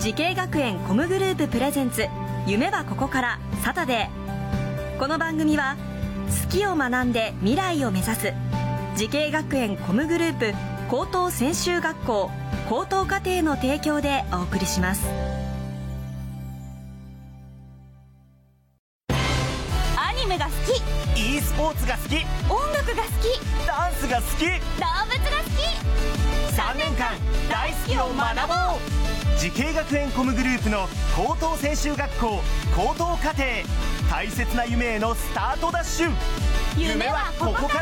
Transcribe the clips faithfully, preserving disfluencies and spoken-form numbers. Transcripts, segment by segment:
時系学園コムグループプレゼンツ夢はここからサタデー。この番組は好きを学んで未来を目指す時系学園コムグループ高等専修学校高等課程の提供でお送りします。 アニメが好き、 e スポーツが好き、 音楽が好き、 ダンスが好き、 動物が好き。 さんねんかん大好きを学ぼう。時系学園コムグループの高等専修学校高等課程、大切な夢へのスタートダッシュ。夢はここから。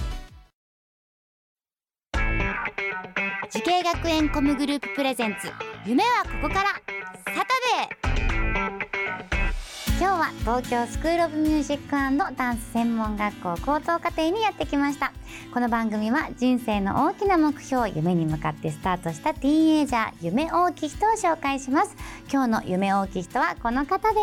時系学園コムグループプレゼンツ夢はここからサタデー。今日は東京スクールオブミュージック&ダンス専門学校高等課程にやってきました。この番組は人生の大きな目標、夢に向かってスタートしたティーンエイジャー、夢大きい人を紹介します。今日の夢大きい人はこの方です。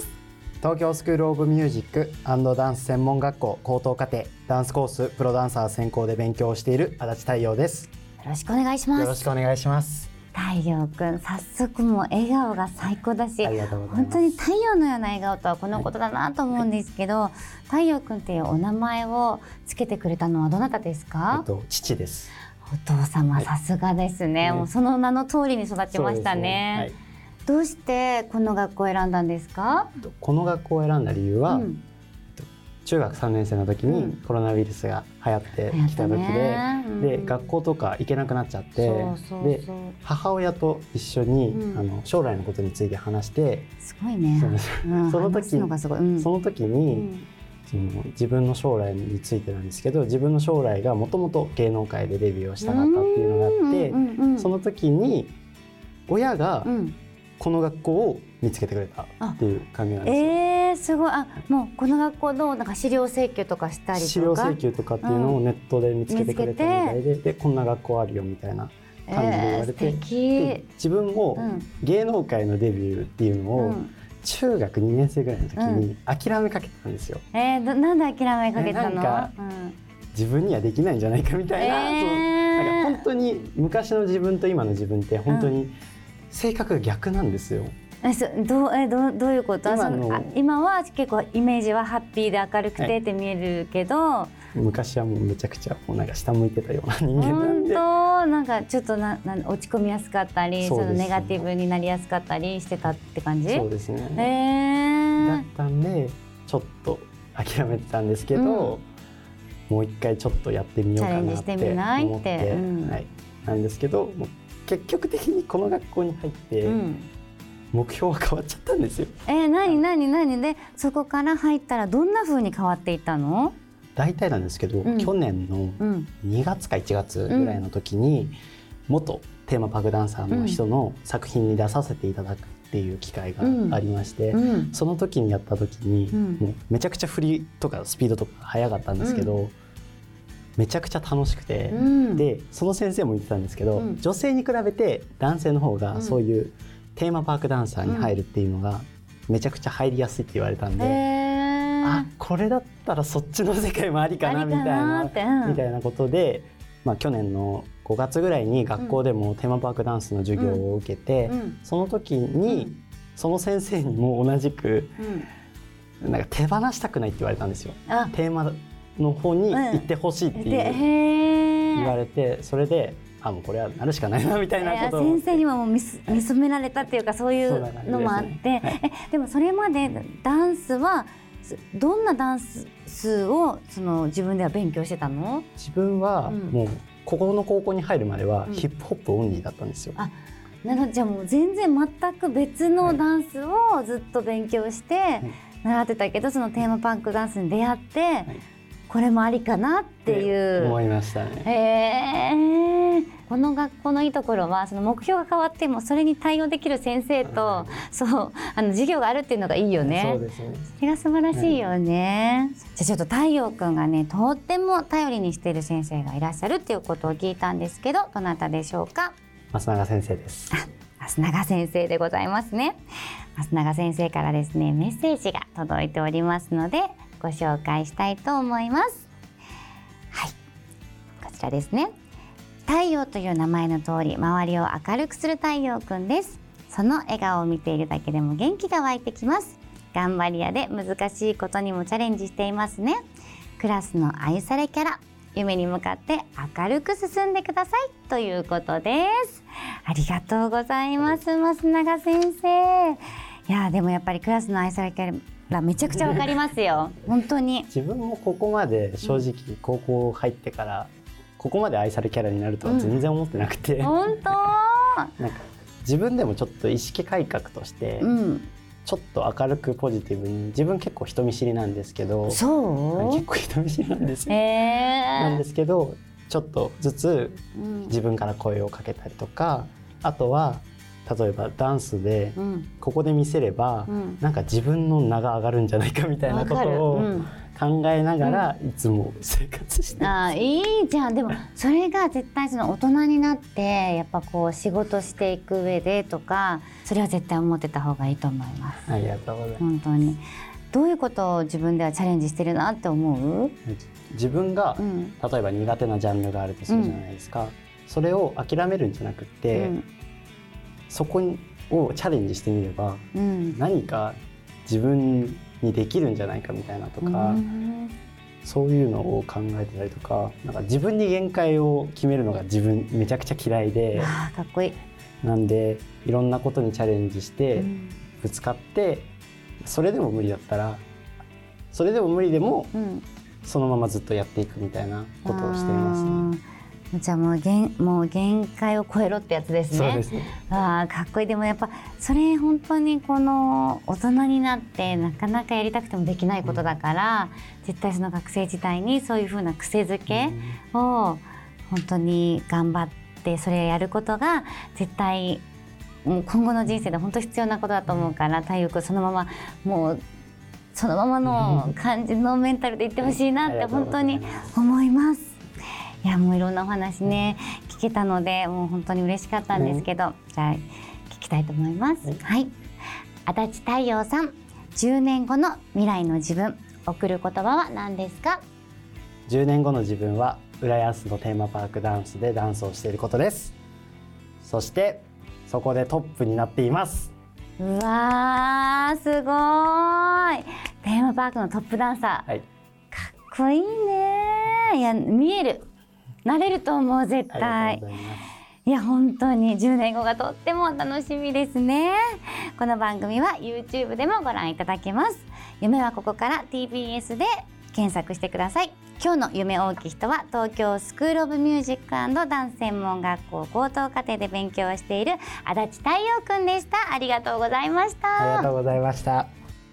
東京スクールオブミュージック&ダンス専門学校高等課程ダンスコースプロダンサー専攻で勉強をしている足立太陽です。 よろしくお願いします。 よろしくお願いします。 太陽くん、早速もう笑顔が最高だし、 ありがとうございます。 本当に太陽のような笑顔とはこのことだなと思うんですけど、はい、太陽くんっていうお名前をつけてくれたのはどなたですか？ えっと、父です。 お父様、はい、さすがですね、はい、もうその名の通りに育ちましたね。ね、はい、どうしてこの学校を選んだんですか？ この学校を選んだ理由は、うん、中学さんねん生の時にコロナウイルスが流行ってきた時で、うん、で学校とか行けなくなっちゃって、そうそうそう、で母親と一緒に、うん、あの将来のことについて話して、 すごいね、うん、 その時のすごい、うん、 その時に、うん、その自分の将来についてなんですけど、自分の将来がもともと芸能界でデビューをしたかったっていうのがあって、うんうんうん、その時に親がこの学校を見つけてくれたっていう感じなんですよ。 えー、すごい。あ、もうこの学校のなんか資料請求とかしたりとか、 資料請求とかっていうのをネットで見つけてくれたみたいで、うん、でこんな学校あるよみたいな感じで言われて、えー、素敵。で自分も芸能界のデビューっていうのを、うん、中学にねん生ぐらいの時に諦めかけてたんですよ。 うん、えー、なんで諦めかけたの？ なんか、うん、自分にはできないんじゃないかみたいな、えー、そうなんか本当に昔の自分と今の自分って本当に性格が逆なんですよ。 えそどうえどうどういうこと？今のあ今は結構イメージはハッピーで明るくてって見えるけど、はい、 昔はもうめちゃくちゃもうなんか下向いてたような人間なんで、 本当なんかちょっとなな落ち込みやすかったり、そのネガティブになりやすかったりしてたって感じ？ そうですね、 えー、 だったんでちょっと諦めてたんですけど、うん、もう一回ちょっとやってみようかなって思って、チャレンジしてみないって、うん、はい、なんですけど、もう結局的にこの学校に入って、うん、目標は変わっちゃったんですよ。 えー、何何何でそこから入ったらどんな風に変わっていったの？ 大体なんですけど、うん、去年のにがつかいちがつぐらいの時に、うん、元テーマパークダンサーの人の作品に出させていただくっていう機会がありまして、うん、その時にやった時に、うん、もうめちゃくちゃ振りとかスピードとか速かったんですけど、うん、めちゃくちゃ楽しくて、うん、でその先生も言ってたんですけど、うん、女性に比べて男性の方がそういうテーマパークダンサーに入るっていうのがめちゃくちゃ入りやすいって言われたんで、うん、あ、これだったらそっちの世界もありかなみたいな、うん、みたいなことで、まあ、去年のごがつぐらいに学校でもテーマパークダンスの授業を受けて、うん、その時にその先生にも同じく、うん、なんか手放したくないって言われたんですよ。テーマの方に行ってほしいっていう、うん、言われて、それであもうこれはなるしかないなみたいなことを、 先生にはもう見す見初められたっていうか、そういうのもあって、ね、はい、えでもそれまでダンスはどんなダンスをその自分では勉強してたの？ 自分はもうここの高校に入るまではヒップホップオンリーだったんですよ。うん、あ、 なのでじゃあもう全然全く別のダンスをずっと勉強して習ってたけど、そのテーマパークダンスに出会って、はい、これもありかなっていう思いましたね。 へー、この学校のいいところはその目標が変わってもそれに対応できる先生と、はい、そうあの授業があるっていうのがいいよね。 そうですね。 それが素晴らしいよね。はい、じゃあちょっと太陽くんがね、とっても頼りにしている先生がいらっしゃるっていうことを聞いたんですけど、どなたでしょうか？ 増永先生です。 増永先生でございますね。増永先生からですね、メッセージが届いておりますのでご紹介したいと思います。はい、こちらですね。太陽という名前の通り、周りを明るくする太陽くんです。 その笑顔を見ているだけでも元気が湧いてきます。頑張り屋で難しいことにもチャレンジしていますね。クラスの愛されキャラ、夢に向かって明るく進んでくださいということです。ありがとうございます、増永先生。いやでもやっぱりクラスの愛されキャラめちゃくちゃわかりますよ本当に。 自分もここまで正直高校入ってからここまで愛されキャラになるとは全然思ってなくて、うん、 本当なんか自分でもちょっと意識改革として、うん、ちょっと明るくポジティブに、自分結構人見知りなんですけど、 そう結構人見知りなんですよ、 えー、 なんですけどちょっとずつ自分から声をかけたりとか、うん、あとは例えばダンスでここで見せれば、うん、なんか自分の名が上がるんじゃないかみたいなことを考えながらいつも生活してます、うん、あいいじゃん。でもそれが絶対その大人になってやっぱこう仕事していく上でとか、それは絶対思ってた方がいいと思います。 ありがとうございます。 本当にどういうことを自分ではチャレンジしてるなって思う？ 自分が、うん、例えば苦手なジャンルがあるとするじゃないですか、うん、それを諦めるんじゃなくて、うん、そこをチャレンジしてみれば、うん、何か自分にできるんじゃないかみたいなとか、うん、そういうのを考えてたりとか、なんか自分に限界を決めるのが自分めちゃくちゃ嫌いで、 あーかっこいい。 なんでいろんなことにチャレンジしてぶつかって、うん、それでも無理だったらそれでも無理でも、うん、そのままずっとやっていくみたいなことをしていますね。 じゃあもう限、もう限界を超えろってやつですね。 そうですね。 あかっこいい。でもやっぱそれ本当にこの大人になってなかなかやりたくてもできないことだから、うん、絶対その学生時代にそういう風な癖づけを本当に頑張ってそれをやることが絶対もう今後の人生で本当必要なことだと思うから、太陽君そのままもうそのままの感じのメンタルでいってほしいなって本当に思います。いやもういろんなお話ね聞けたのでもう本当に嬉しかったんですけど、うん、じゃあ聞きたいと思います。はい、はい、足立太陽さん、じゅうねんごの未来の自分、送る言葉は何ですか？ じゅうねんごの自分は浦安のテーマパークダンスでダンスをしていることです。そしてそこでトップになっています。 うわーすごーい。テーマパークのトップダンサー、はい、かっこいいね。いや見える、なれると思う絶対。いや本当にじゅうねんごがとっても楽しみですね。この番組は YouTube でもご覧いただけます。夢はここから ティービーエス で検索してください。今日の夢大きい人は東京スクールオブミュージック&ダンス専門学校高等課程で勉強をしている足立太陽くんでした。ありがとうございました。 ありがとうございました。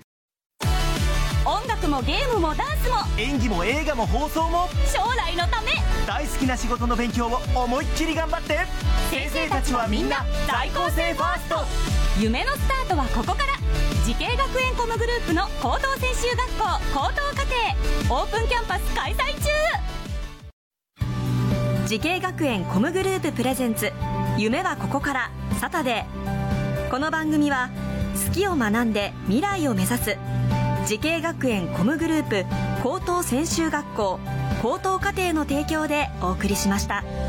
音楽もゲームもダンスも演技も映画も放送も将来のため、 大好きな仕事の勉強を思いっきり頑張って。先生たちはみんな在校生ファースト。 夢のスタートはここから。慈恵学園コムグループの高等専修学校高等課程オープンキャンパス開催中。慈恵学園コムグループプレゼンツ夢はここからサタデー。この番組は好きを学んで未来を目指す慈恵学園コムグループ高等専修学校高等課程の提供でお送りしました。